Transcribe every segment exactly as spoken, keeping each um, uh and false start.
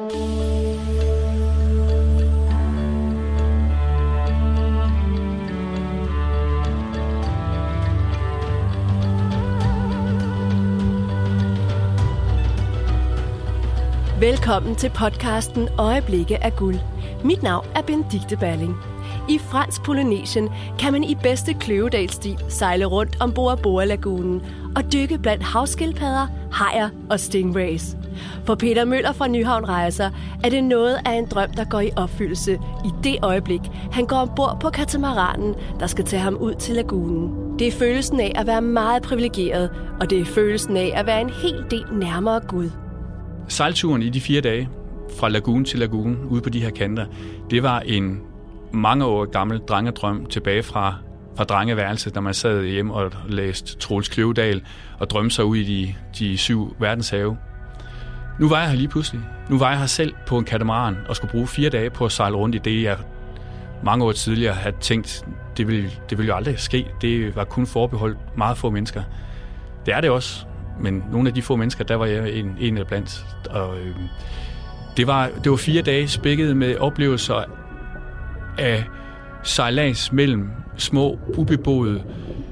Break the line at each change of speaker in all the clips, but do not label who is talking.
Velkommen til podcasten Øjeblikke af guld. Mit navn er Benedikte Balling. I fransk Polynesien kan man i bedste kløvedalsstil sejle rundt om Boa Boa-lagunen og dykke blandt havskildpadder, hajer og stingrays. For Peter Møller fra Nyhavn Rejser er det noget af en drøm, der går i opfyldelse i det øjeblik, han går ombord på katamaranen, der skal tage ham ud til lagunen. Det er følelsen af at være meget privilegeret, og det er følelsen af at være en hel del nærmere Gud.
Sejlturen i de fire dage, fra lagune til lagune, ude på de her kanter, det var en mange år gammel drengedrøm tilbage fra, fra drengeværelset, da man sad hjemme og læste Troels Kløvedal og drømte sig ud i de, de syv verdenshave. Nu var jeg her lige pludselig. Nu var jeg her selv på en katamaran og skulle bruge fire dage på at sejle rundt i det, jeg mange år tidligere havde tænkt, det ville, det ville jo aldrig ske. Det var kun forbeholdt meget få mennesker. Det er det også. Men nogle af de få mennesker, der var jeg en, en af blandt. Og, øh, det, var, det var fire dage spækket med oplevelser af sejlads mellem små, ubeboede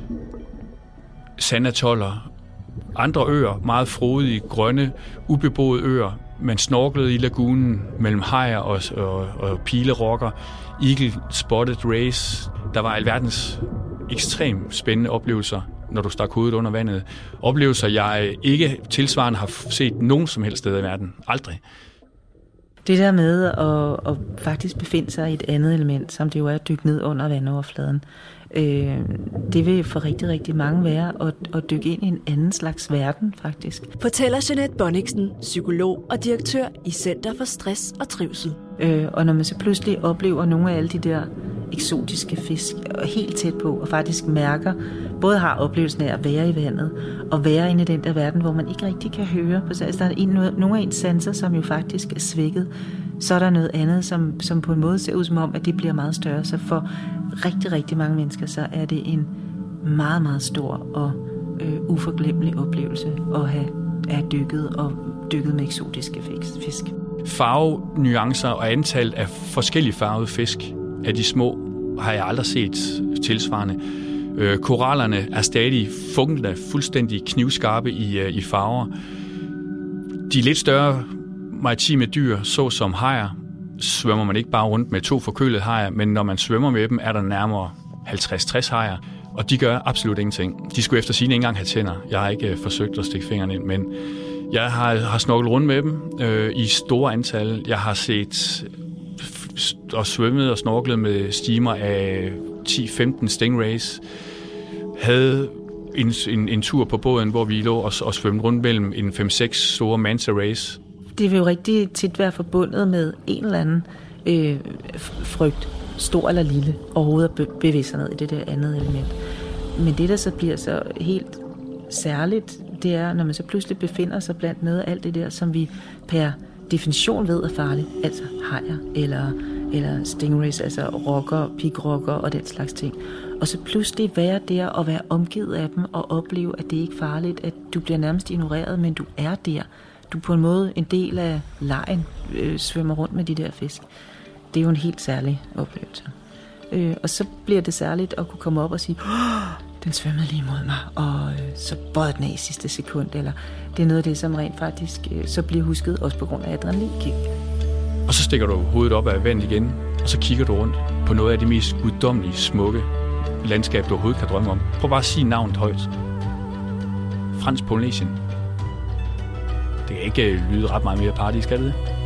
sandatoller, andre øer, meget frodige, grønne, ubeboede øer. Man snorklede i lagunen mellem hajer og, og, og pilerokker, eagle spotted rays. Der var alverdens ekstremt spændende oplevelser, når du stak hovedet under vandet. Oplevelser, jeg ikke tilsvarende har set nogen som helst sted i verden. Aldrig.
Det der med at, at faktisk befinde sig i et andet element, som det jo er at dykke ned under vandoverfladen, øh, det vil for rigtig, rigtig mange være at, at dykke ind i en anden slags verden, faktisk.
Fortæller Jeanette Bonniksen, psykolog og direktør i Center for Stress og Trivsel.
Øh, og når man så pludselig oplever nogle af alle de der eksotiske fisk helt tæt på, og faktisk mærker, både har oplevelsen af at være i vandet, og være inde i den der verden, hvor man ikke rigtig kan høre. Altså, der er en, nogle af ens sanser, som jo faktisk er svækket. Så er der noget andet, som, som på en måde ser ud som om, at det bliver meget større. Så for rigtig, rigtig mange mennesker, så er det en meget, meget stor og øh, uforglemmelig oplevelse at have, have dykket og dykket med eksotiske fisk.
Farve, nuancer og antal af forskellige farvede fisk af de små har jeg aldrig set tilsvarende. Øh, korallerne er stadig funklende, fuldstændig knivskarpe i, i farver. De lidt større maritime dyr, såsom hajer, svømmer man ikke bare rundt med to forkølede hajer, men når man svømmer med dem, er der nærmere halvtreds til tres hajer, og de gør absolut ingenting. De skulle efter sigende ikke engang have tænder. Jeg har ikke forsøgt at stikke fingrene ind, men jeg har, har snorklet rundt med dem øh, i store antal. Jeg har set og svømmet og snorklet med stimer af ti til femten stingrays. Havde en, en, en tur på båden, hvor vi lå og, og svømte rundt mellem en fem seks store manta rays.
Det vil jo rigtig tit være forbundet med en eller anden øh, frygt, stor eller lille, overhovedet at bevæge sig ned i det der andet element. Men det, der så bliver så helt særligt, det er, når man så pludselig befinder sig blandt noget af alt det der, som vi per definition ved er farligt, altså hajer eller, eller stingrays, altså rokker, pigrokker og den slags ting. Og så pludselig være der og være omgivet af dem og opleve, at det ikke er farligt, at du bliver nærmest ignoreret, men du er der. Du er på en måde en del af lejen, øh, svømmer rundt med de der fisk. Det er jo en helt særlig oplevelse. Øh, og så bliver det særligt at kunne komme op og sige, den svømmede lige mod mig, og øh, så bøjede den af i sidste sekund. Eller det er noget af det, som rent faktisk øh, så bliver husket, også på grund af adrenalinkick.
Og så stikker du hovedet op af vandet igen, og så kigger du rundt på noget af det mest guddommelige, smukke landskab, du overhovedet kan drømme om. Prøv bare at sige navnet højt. Fransk Polynesien. Det kan ikke lyde ret meget mere party, skal det?